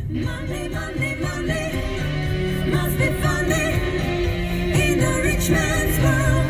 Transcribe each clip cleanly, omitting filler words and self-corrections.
Money, money, money must be funny in the rich man's world.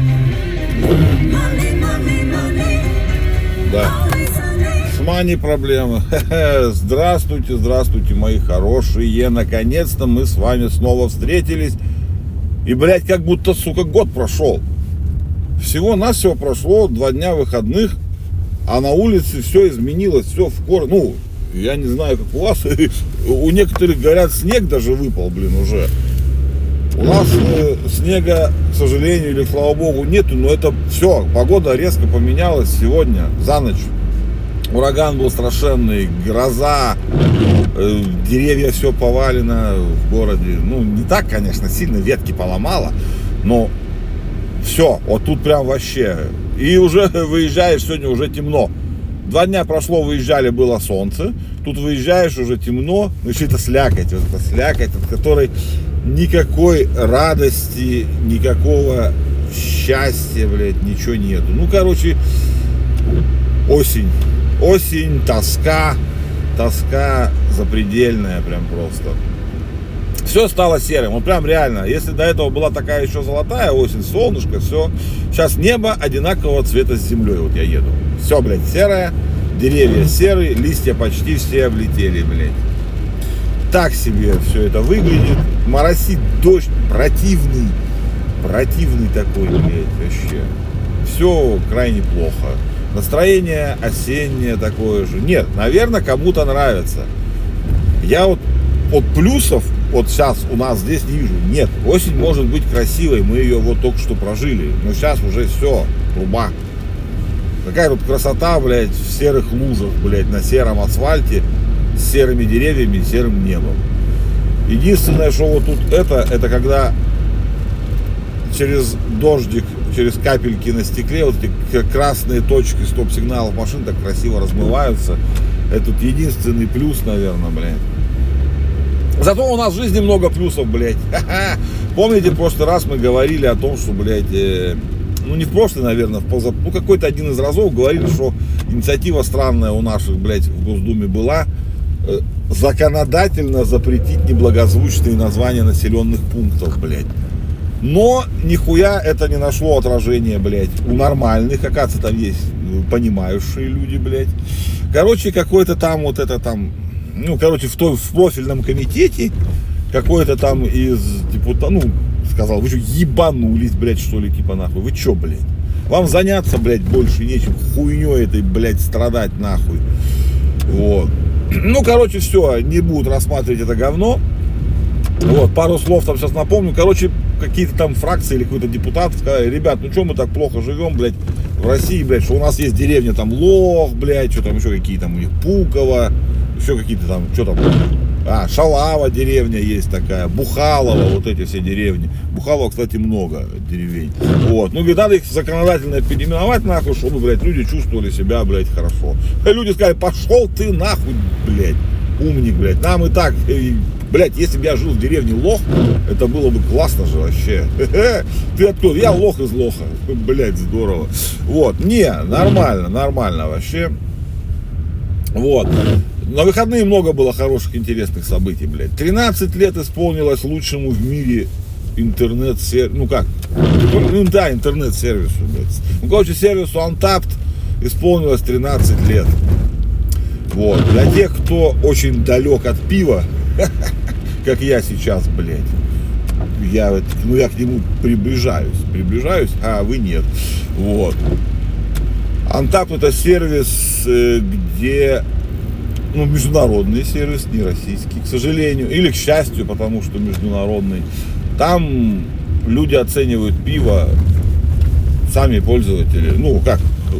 Money, money, money. Да. С мани проблемы. Здравствуйте, здравствуйте, мои хорошие. Наконец-то мы с вами снова встретились. И, блядь, как будто, сука, год прошел. Всего-навсего прошло 2 дня выходных, а на улице все изменилось, все в корне. Ну, я не знаю, как у вас. У некоторых, говорят, снег даже выпал, блин, уже. У нас снега, к сожалению, или слава богу, нету, но это все, погода резко поменялась сегодня, за ночь. Ураган был страшенный, гроза, деревья все повалено в городе. Ну, не так, конечно, сильно ветки поломало, но все, вот тут прям вообще. И уже выезжаешь, сегодня уже темно. 2 дня прошло, выезжали, было солнце. Тут выезжаешь, уже темно. Ну, еще это слякоть, вот эта слякоть, от которой никакой радости, никакого счастья, блядь, ничего нету. Ну, короче, осень. Осень, тоска запредельная прям просто. Все стало серым, вот прям реально. Если до этого была такая еще золотая осень, солнышко, все. Сейчас небо одинакового цвета с землей, вот я еду. Все, блядь, серое, деревья серые, листья почти все облетели, блядь. Так себе все это выглядит. Моросит дождь, противный такой, блядь, вообще. Все крайне плохо. Настроение осеннее такое же. Нет, наверное, кому-то нравится. Я вот от плюсов, вот сейчас у нас здесь не вижу. Нет, осень может быть красивой, мы ее вот только что прожили. Но сейчас уже все, труба. Какая тут красота, блядь, в серых лужах, блядь, на сером асфальте, с серыми деревьями, серым небом. Единственное, что вот тут это когда через дождик, через капельки на стекле, вот эти красные точки стоп-сигналов машин так красиво размываются. Это тут единственный плюс, наверное, блядь. Зато у нас в жизни много плюсов, блядь. Помните, в прошлый раз мы говорили о том, что, блядь, ну не в прошлый, наверное, ну какой-то один из разов говорили, что инициатива странная у наших, блядь, в Госдуме была законодательно запретить неблагозвучные названия населенных пунктов, блядь. Но нихуя это не нашло отражения, блядь, у нормальных, оказывается, там есть понимающие люди, блядь. Короче, какой-то там вот это там, ну, короче, в профильном комитете какой-то там из депутатов, ну, сказал, вы что, ебанулись, блядь, что ли, типа, нахуй, вы что, блядь, вам заняться, блядь, больше нечем, хуйней этой, блядь, страдать, нахуй, вот. Ну, короче, все, не будут рассматривать это говно. Вот, пару слов там сейчас напомню. Короче, какие-то там фракции или какой-то депутат сказали: ребят, ну что мы так плохо живем, блядь, в России, блядь, что у нас есть деревня там Лох, блядь, что там еще какие там у них, Пуково, еще какие-то там, что там, Шалава деревня есть такая, Бухалово, вот эти все деревни. Бухалово, кстати, много деревень. Вот, ну, говорит, надо их законодательно переименовать, нахуй, чтобы, блядь, люди чувствовали себя, блядь, хорошо. Люди сказали: пошел ты нахуй, блядь, умник, блядь, нам и так, блядь, если бы я жил в деревне Лох, это было бы классно же вообще. Ты откуда? Я Лох из Лоха. Блядь, здорово. Вот, не, нормально вообще. Вот. На выходные много было хороших, интересных событий, блядь. 13 лет исполнилось лучшему в мире интернет-сервису. Ну как? Ну да, интернет-сервису, блядь. Ну, короче, сервису Untappd исполнилось 13 лет. Вот. Для тех, кто очень далек от пива, как я сейчас, блядь, я к нему приближаюсь, а вы нет. Вот. Untappd — это сервис, где, ну, международный сервис, не российский, к сожалению, или к счастью, потому что международный. Там люди оценивают пиво, сами пользователи, ну как,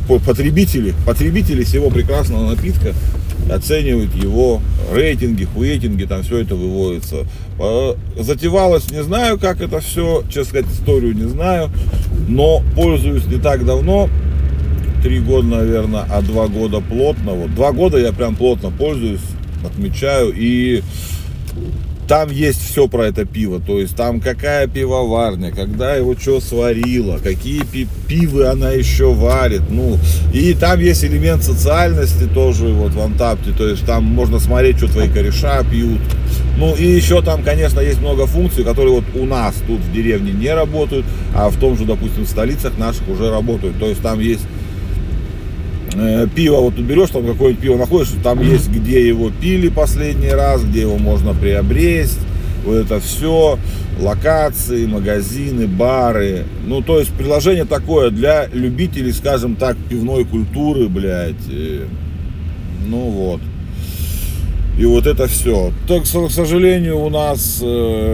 потребители всего прекрасного напитка оценивают его рейтинги, хуетинги, там все это выводится. Затевалось, не знаю, как это все, честно сказать, историю не знаю, но пользуюсь не так давно, 3 года, наверное, а 2 года плотно. Вот 2 года я прям плотно пользуюсь, отмечаю, и там есть все про это пиво, то есть там какая пивоварня, когда его что сварила, какие пивы она еще варит, ну, и там есть элемент социальности тоже вот в Антапте, то есть там можно смотреть, что твои кореша пьют, ну, и еще там, конечно, есть много функций, которые вот у нас тут в деревне не работают, а в том же, допустим, в столицах наших уже работают, то есть там есть пиво, вот ты берешь, там какое-нибудь пиво находишь, там есть, где его пили последний раз, где его можно приобрести, вот это все, локации, магазины, бары, ну, то есть приложение такое для любителей, скажем так, пивной культуры, блядь, ну, вот, и вот это все. Так, к сожалению, у нас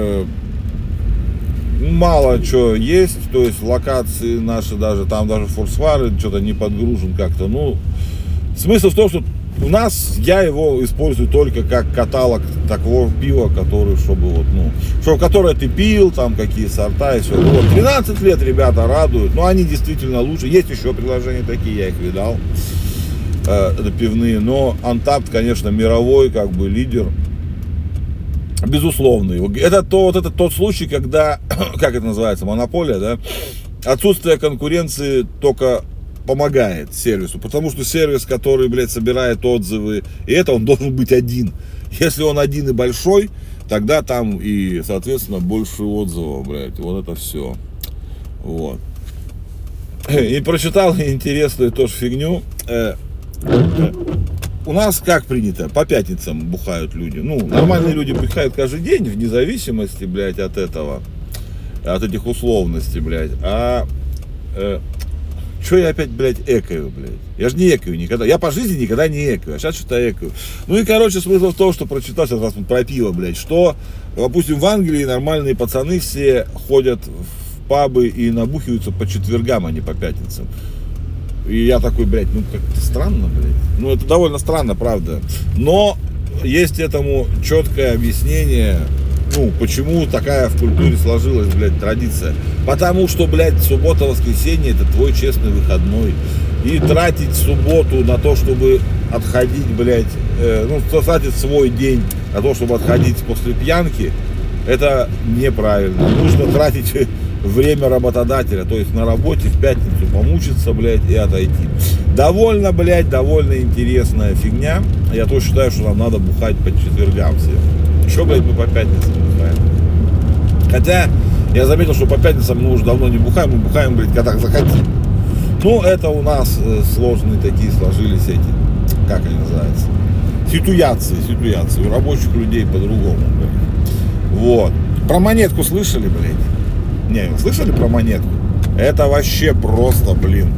мало чего есть, то есть локации наши даже, там даже форсвары что-то не подгружен как-то, ну, смысл в том, что у нас, я его использую только как каталог такого пива, который, чтобы вот, ну, чтобы, которое ты пил, там, какие сорта и все, вот, 13 лет ребята радуют, но они действительно лучше, есть еще приложения такие, я их видал, это пивные, но Untappd, конечно, мировой, как бы, лидер, безусловный. Это тот случай, когда, как это называется, монополия, да, отсутствие конкуренции только помогает сервису, потому что сервис, который, блядь, собирает отзывы, и это он должен быть один. Если он один и большой, тогда там и, соответственно, больше отзывов, блядь, вот это все. Вот. И прочитал интересную тоже фигню. У нас как принято, по пятницам бухают люди. Ну, нормальные люди бухают каждый день, вне зависимости, блядь, от этого, от этих условностей, блядь. Что я опять, блядь, экаю, блядь? Я же не экаю никогда. Я по жизни никогда не экаю, а сейчас что-то экаю. Ну и, короче, смысл в том, что прочитал сейчас раз про пиво, блядь, что, допустим, в Англии нормальные пацаны все ходят в пабы и набухиваются по четвергам, а не по пятницам. И я такой, блядь, ну как-то странно, блядь. Ну это довольно странно, правда. Но есть этому четкое объяснение, ну, почему такая в культуре сложилась, блядь, традиция. Потому что, блядь, суббота-воскресенье это твой честный выходной. И тратить субботу на то, чтобы отходить, блядь, тратить свой день на то, чтобы отходить после пьянки, это неправильно. Нужно тратить время работодателя, то есть на работе в пятницу помучиться, блядь, и отойти. Довольно интересная фигня. Я тоже считаю, что нам надо бухать по четвергам всем. Что, блядь, мы по пятницам бухаем? Хотя, я заметил, что по пятницам мы уже давно не бухаем, мы бухаем, блядь, когда захотим. Ну, это у нас сложные такие сложились эти, как они называются, ситуации. У рабочих людей по-другому, блядь. Вот. Про монетку слышали, блядь? Не, слышали про монетку? Это вообще просто, блин.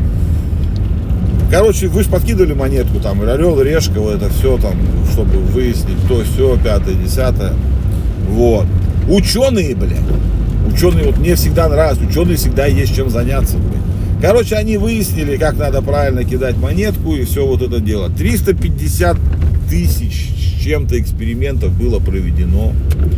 Короче, вы же подкидывали монетку, там, орел, решка, вот это все, там, чтобы выяснить, то, все, 5-10. Вот. Ученые, блядь. Ученые, вот мне всегда нравятся, ученые всегда есть чем заняться, блядь. Короче, они выяснили, как надо правильно кидать монетку и все вот это дело. 350 тысяч с чем-то экспериментов было проведено.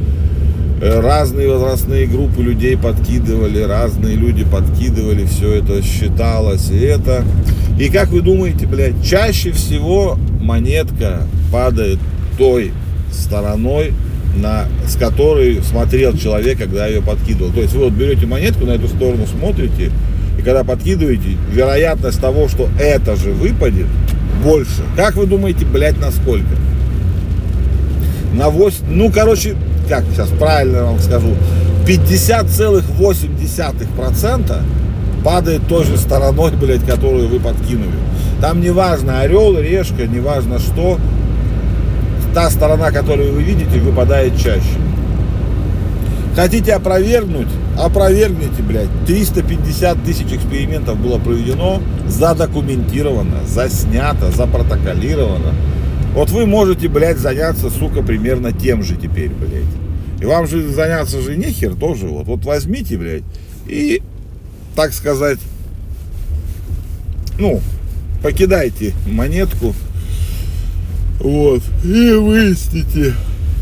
Разные возрастные группы людей подкидывали, разные люди подкидывали, все это считалось, и это. И как вы думаете, блядь, чаще всего монетка падает той стороной, с которой смотрел человек, когда ее подкидывал. То есть вы вот берете монетку, на эту сторону смотрите, и когда подкидываете, вероятность того, что это же выпадет, больше. Как вы думаете, блядь, на сколько? На 8, ну, короче, как сейчас правильно вам скажу, 50,8% падает той же стороной, блядь, которую вы подкинули. Там неважно, орел, решка, неважно что, та сторона, которую вы видите, выпадает чаще. Хотите опровергнуть? Опровергните, блядь. 350 тысяч экспериментов было проведено, задокументировано, заснято, запротоколировано. Вот вы можете, блядь, заняться, сука, примерно тем же теперь, блядь. И вам же заняться же нехер тоже. Вот возьмите, блядь, и, так сказать, ну, покидайте монетку, вот, и выясните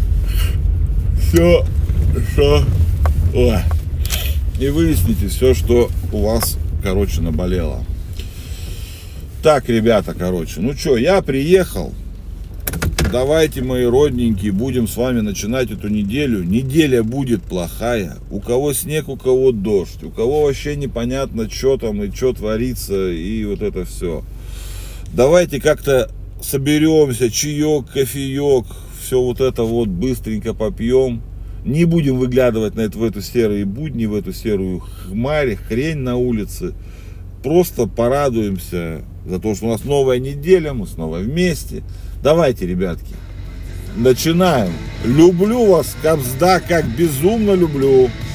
все, что... Ой. И выясните все, что у вас, короче, наболело. Так, ребята, короче, ну что, я приехал. давайте, мои родненькие, будем с вами начинать эту неделю. Неделя будет плохая. У кого снег, у кого дождь. У кого вообще непонятно, что там и что творится. И вот это все. Давайте как-то соберемся, чаек, кофеек. Все вот это вот быстренько попьем. Не будем выглядывать в эту серые будни, в эту серую хмарь, хрень на улице. Просто порадуемся за то, что у нас новая неделя, мы снова вместе. Давайте, ребятки, начинаем. Люблю вас, кабзда, как безумно люблю.